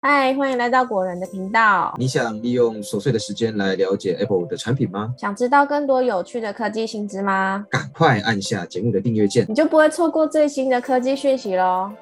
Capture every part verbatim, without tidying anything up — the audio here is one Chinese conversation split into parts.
嗨，欢迎来到果仁的频道。 你想利用琐碎的时间来了解 Apple 的产品吗？ 想知道更多有趣的科技新知吗？ 赶快按下节目的订阅键。 你就不会错过最新的科技讯息咯。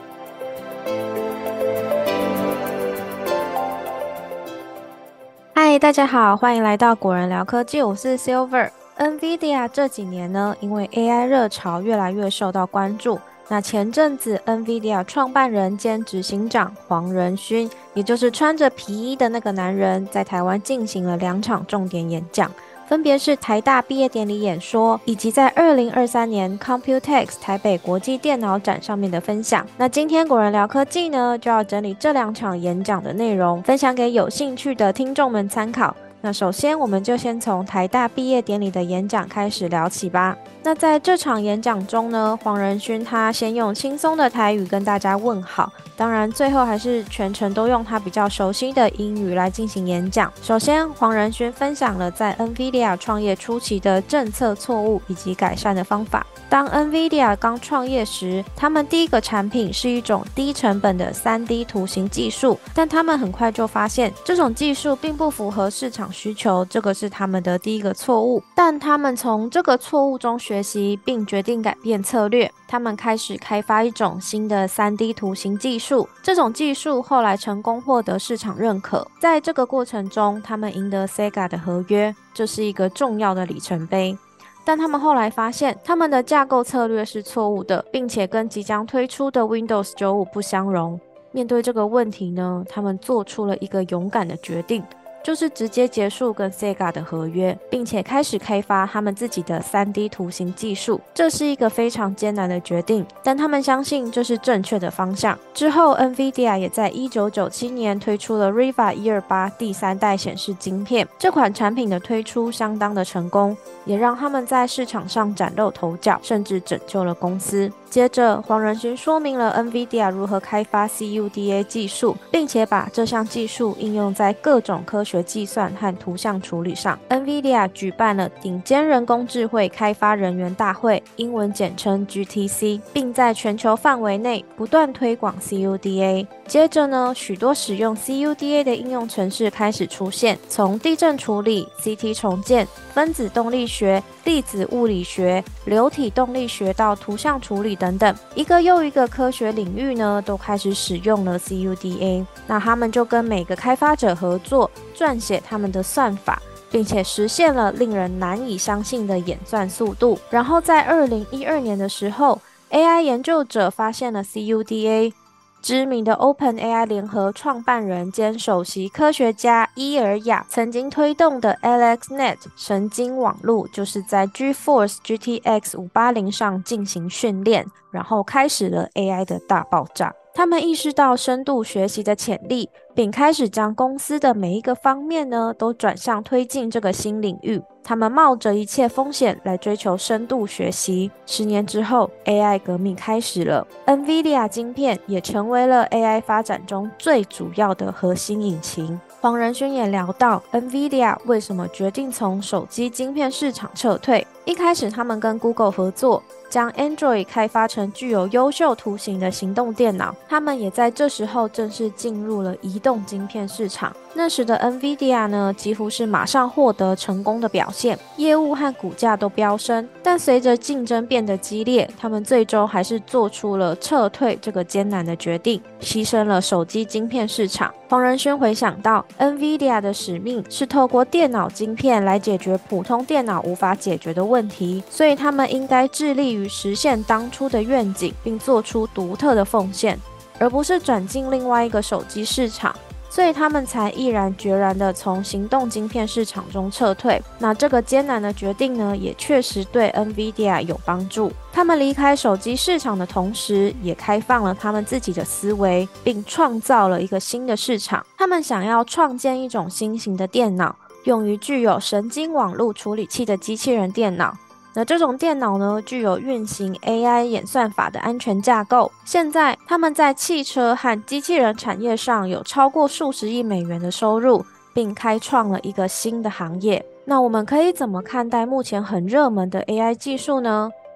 嗨，大家好，欢迎来到果仁聊科技，我是 Silver。NVIDIA 这几年呢，因为 A I 热潮越来越受到关注。那前阵子 NVIDIA 创办人兼执行长黄仁勋，也就是穿着皮衣的那个男人，在台湾进行了两场重点演讲，分别是台大毕业典礼演说，以及在二零二三年 Computex 台北国际电脑展上面的分享。那今天果仁聊科技呢，就要整理这两场演讲的内容，分享给有兴趣的听众们参考。那首先，我们就先从台大毕业典礼的演讲开始聊起吧。那在这场演讲中呢，黄仁勋他先用轻松的台语跟大家问好，当然最后还是全程都用他比较熟悉的英语来进行演讲。首先，黄仁勋分享了在 NVIDIA 创业初期的政策错误以及改善的方法。当 NVIDIA 刚创业时，他们第一个产品是一种低成本的 三 D 图形技术，但他们很快就发现这种技术并不符合市场需求，这个是他们的第一个错误。但他们从这个错误中学习，并决定改变策略。他们开始开发一种新的 三 D 图形技术，这种技术后来成功获得市场认可。在这个过程中，他们赢得 Sega 的合约，这是一个重要的里程碑。但他们后来发现，他们的架构策略是错误的，并且跟即将推出的 Windows 九十五不相容。面对这个问题呢，他们做出了一个勇敢的决定，就是直接结束跟 Sega 的合约，并且开始开发他们自己的 三 D 图形技术。这是一个非常艰难的决定，但他们相信这是正确的方向。之后 NVIDIA 也在一九九七年推出了 Riva 一二八第三代显示晶片，这款产品的推出相当的成功，也让他们在市场上崭露头角，甚至拯救了公司。接着，黄仁勋说明了 NVIDIA 如何开发 C U D A 技术，并且把这项技术应用在各种科学计算和图像处理上。NVIDIA 举办了顶尖人工智慧开发人员大会，英文简称 G T C， 并在全球范围内不断推广 C U D A。接着呢，许多使用 C U D A 的应用程式开始出现，从地震处理、C T 重建、分子动力学、粒子物理学、流体动力学到图像处理等等，一个又一个科学领域呢，都开始使用了 C U D A。那他们就跟每个开发者合作，撰写他们的算法，并且实现了令人难以相信的演算速度。然后在二零一二年的时候 ，A I 研究者发现了 C U D A。知名的 OpenAI 联合创办人兼首席科学家伊尔雅曾经推动的 AlexNet 神经网络，就是在 GeForce G T X 五八零上进行训练，然后开始了 A I 的大爆炸。他们意识到深度学习的潜力，并开始将公司的每一个方面呢，都转向推进这个新领域。他们冒着一切风险来追求深度学习。十年之后 ，A I 革命开始了 ，NVIDIA 晶片也成为了 A I 发展中最主要的核心引擎。黄仁勋也聊到 NVIDIA 为什么决定从手机晶片市场撤退。一开始，他们跟 Google 合作，将 Android 开发成具有优秀图形的行动电脑。他们也在这时候正式进入了移动晶片市场。那时的 NVIDIA 呢，几乎是马上获得成功的表现，业务和股价都飙升。但随着竞争变得激烈，他们最终还是做出了撤退这个艰难的决定，牺牲了手机晶片市场。黄仁勋回想到 NVIDIA 的使命是透过电脑晶片来解决普通电脑无法解决的问题，所以他们应该致力于实现当初的愿景，并做出独特的奉献，而不是转进另外一个手机市场。所以他们才毅然决然地从行动晶片市场中撤退。那这个艰难的决定呢，也确实对 NVIDIA 有帮助。他们离开手机市场的同时，也开放了他们自己的思维，并创造了一个新的市场。他们想要创建一种新型的电脑，用于具有神经网络处理器的机器人电脑。那这种电脑呢，具有运行 A I 演算法的安全架构。现在，他们在汽车和机器人产业上有超过数十亿美元的收入，并开创了一个新的行业。那我们可以怎么看待目前很热门的 A I 技术呢？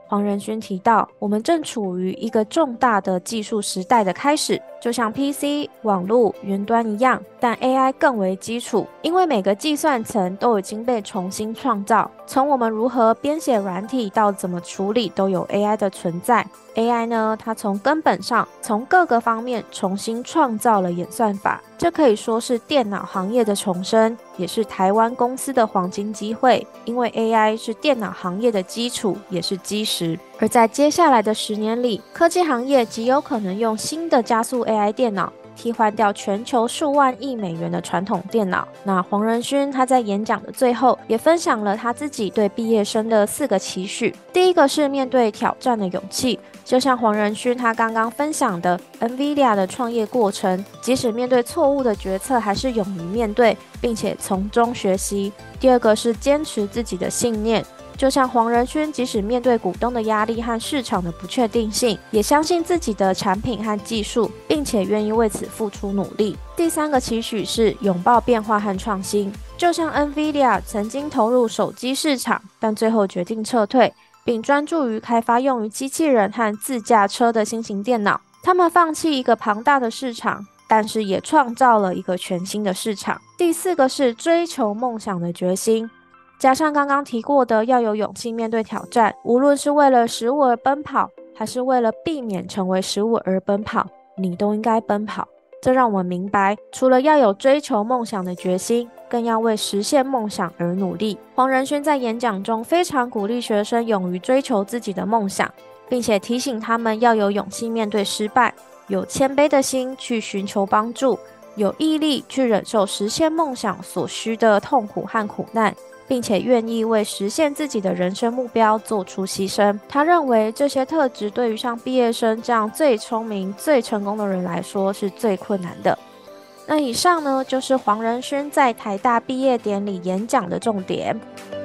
黄仁勋提到，我们正处于一个重大的技术时代的开始，就像 P C、网络、云端一样，但 A I 更为基础，因为每个计算层都已经被重新创造，从我们如何编写软体到怎么处理都有 A I 的存在。A I 呢，它从根本上，从各个方面重新创造了演算法，这可以说是电脑行业的重生，也是台湾公司的黄金机会，因为 A I 是电脑行业的基础，也是基石。而在接下来的十年里，科技行业极有可能用新的加速 A I 电脑替换掉全球数万亿美元的传统电脑。那黄仁勋他在演讲的最后也分享了他自己对毕业生的四个期许。第一个是面对挑战的勇气，就像黄仁勋他刚刚分享的 N V I D I A 的创业过程，即使面对错误的决策，还是勇于面对，并且从中学习。第二个是坚持自己的信念，就像黄仁勋，即使面对股东的压力和市场的不确定性，也相信自己的产品和技术，并且愿意为此付出努力。第三个期许是拥抱变化和创新，就像 N V I D I A 曾经投入手机市场，但最后决定撤退，并专注于开发用于机器人和自驾车的新型电脑。他们放弃一个庞大的市场，但是也创造了一个全新的市场。第四个是追求梦想的决心，加上刚刚提过的要有勇气面对挑战，无论是为了食物而奔跑，还是为了避免成为食物而奔跑，你都应该奔跑。这让我们明白，除了要有追求梦想的决心，更要为实现梦想而努力。黄仁勋在演讲中非常鼓励学生勇于追求自己的梦想，并且提醒他们要有勇气面对失败，有谦卑的心去寻求帮助，有毅力去忍受实现梦想所需的痛苦和苦难，并且愿意为实现自己的人生目标做出牺牲。他认为这些特质对于像毕业生这样最聪明、最成功的人来说是最困难的。那以上呢，就是黄仁勋在台大毕业典礼演讲的重点。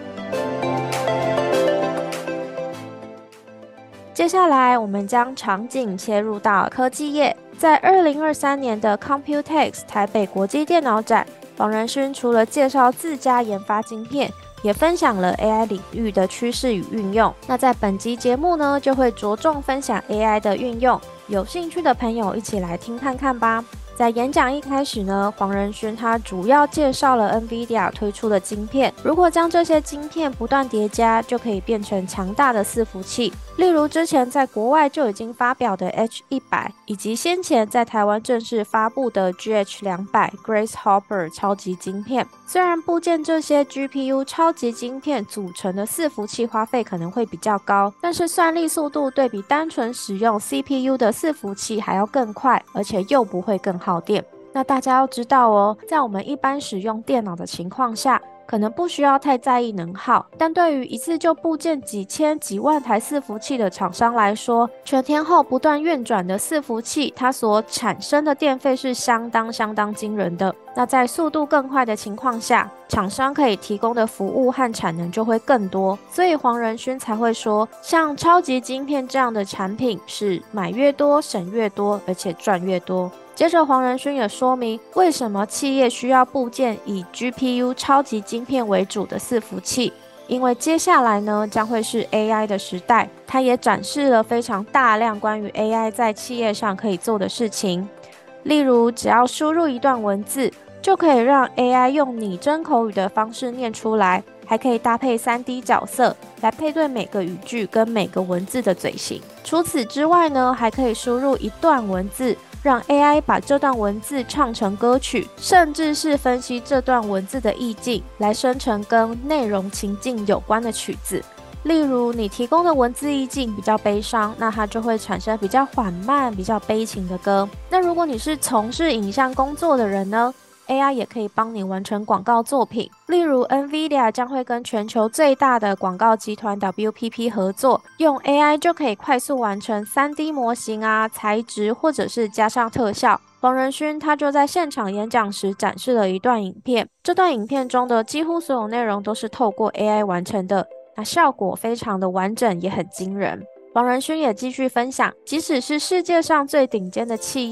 接下来我们将场景切入到科技业。在二零二三年的 Computex 台北国际电脑展，黄仁勋除了介绍自家研发晶片，也分享了 A I 领域的趋势与运用。那在本集节目呢，就会着重分享 A I 的运用，有兴趣的朋友一起来听看看吧。在演讲一开始呢，黄仁勋他主要介绍了 N V I D I A 推出的晶片，如果将这些晶片不断叠加，就可以变成强大的伺服器。例如之前在国外就已经发表的 H 一百，以及先前在台湾正式发布的 G H 两百 Grace Hopper 超级晶片。虽然部件这些 G P U 超级晶片组成的伺服器花费可能会比较高，但是算力速度对比单纯使用 C P U 的伺服器还要更快，而且又不会更耗电。那大家要知道哦，在我们一般使用电脑的情况下，可能不需要太在意能耗，但对于一次就部件几千几万台伺服器的厂商来说，全天候不断运转的伺服器，它所产生的电费是相当相当惊人的。那在速度更快的情况下，厂商可以提供的服务和产能就会更多，所以黄仁勋才会说，像超级晶片这样的产品是买越多省越多，而且赚越多。接着黄仁勋也说明为什么企业需要部件以 G P U 超级晶片为主的伺服器，因为接下来呢将会是 A I 的时代。他也展示了非常大量关于 A I 在企业上可以做的事情，例如只要输入一段文字，就可以让 A I 用拟真口语的方式念出来，还可以搭配 三 D 角色来配对每个语句跟每个文字的嘴型。除此之外呢，还可以输入一段文字，让 A I 把这段文字唱成歌曲，甚至是分析这段文字的意境，来生成跟内容情境有关的曲子。例如你提供的文字意境比较悲伤，那它就会产生比较缓慢、比较悲情的歌。那如果你是从事影像工作的人呢， A I 也可以帮你完成广告作品。例如 N V I D I A 将会跟全球最大的广告集团 W P P 合作，用 A I 就可以快速完成 三 D 模型啊、材质，或者是加上特效。黄仁勋他就在现场演讲时展示了一段影片，这段影片中的几乎所有内容都是透过 A I 完成的，那效果非常的完整，也很惊人。黄仁勋也继续分享，即使是世界上最顶尖的企业，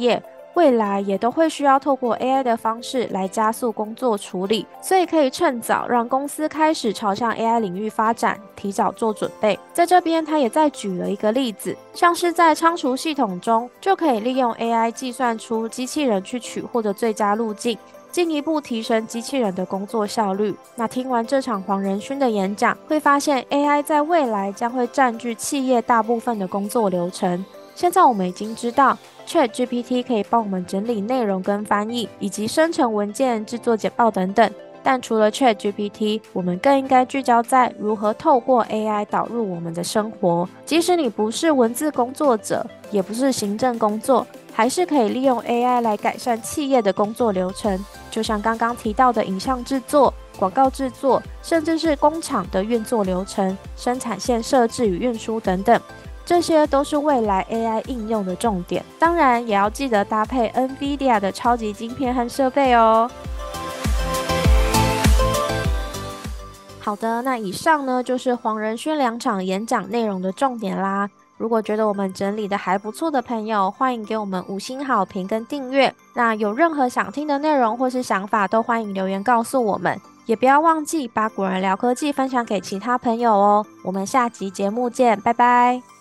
未来也都会需要透过 A I 的方式来加速工作处理，所以可以趁早让公司开始朝向 A I 领域发展，提早做准备。在这边，他也再举了一个例子，像是在仓储系统中，就可以利用 A I 计算出机器人去取货的最佳路径，进一步提升机器人的工作效率。那听完这场黄仁勋的演讲，会发现 A I 在未来将会占据企业大部分的工作流程。现在我们已经知道 ChatGPT 可以帮我们整理内容跟翻译，以及生成文件、制作简报等等。但除了 ChatGPT， 我们更应该聚焦在如何透过 A I 导入我们的生活。即使你不是文字工作者，也不是行政工作，还是可以利用 A I 来改善企业的工作流程。就像刚刚提到的影像制作、广告制作，甚至是工厂的运作流程、生产线设置与运输等等。这些都是未来 A I 应用的重点，当然也要记得搭配 NVIDIA 的超级晶片和设备哦。好的，那以上呢就是黄仁勋两场演讲内容的重点啦。如果觉得我们整理的还不错的朋友，欢迎给我们五星好评跟订阅。那有任何想听的内容或是想法，都欢迎留言告诉我们。也不要忘记把古人聊科技分享给其他朋友哦。我们下集节目见，拜拜。